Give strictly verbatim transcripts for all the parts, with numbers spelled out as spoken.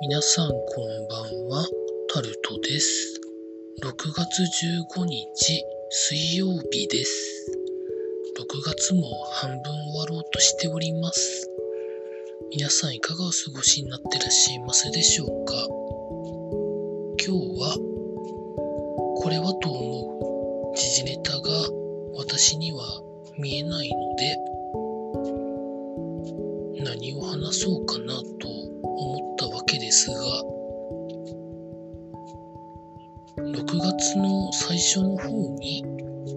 皆さんこんばんは、タルトです。ろくがつじゅうごにち水曜日です。ろくがつも半分終わろうとしております。皆さんいかがお過ごしになってらっしゃいますでしょうか。今日はこれはと思う時事ネタが私には見えないので、何を話そうかなと思ったわけですが、ろくがつの最初の方に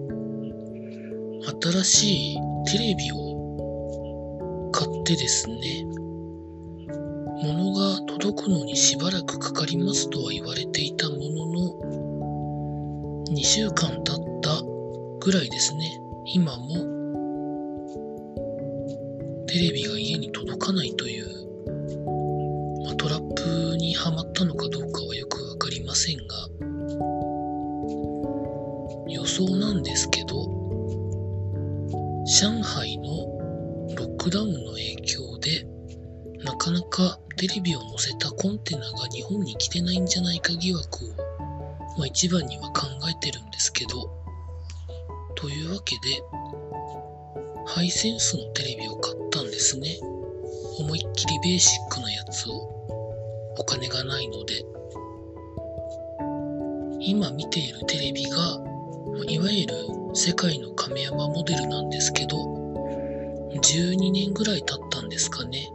新しいテレビを買ってですね、物が届くのにしばらくかかりますとは言われていたものの、にしゅうかん経ったぐらいですね。今もテレビが家に届かないという、まあ、トラップにはまったのかどうかはよくわかりませんが、予想なんですけど、上海のロックダウンの影響でなかなかテレビを載せたコンテナが日本に来てないんじゃないか疑惑を、まあ、一番には考えてるんですけど、というわけでハイセンスのテレビを買ったんですね。思いっきりベーシックなやつを、お金がないので。今見ているテレビがいわゆる世界の亀山モデルなんですけど、じゅうにねんぐらい経ったんですかね。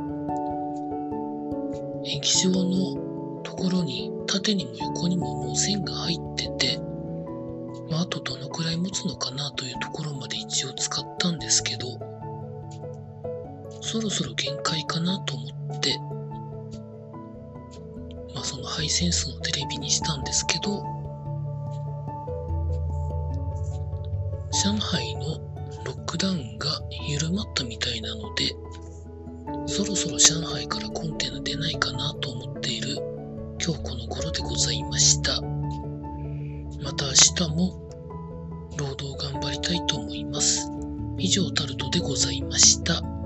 液晶のところに縦にも横にももう線が入ってて、まあ、あとどのくらい持つのかなというところまで一応使ったんですけど、そろそろ限界かなと思って、まあそのハイセンスのテレビにしたんですけど、上海のロックダウンが緩まったみたいなので、そろそろ上海からコンテナ出ないかなと思っている今日この頃でございました。また明日も労働頑張りたいと思います。以上タルトでございました。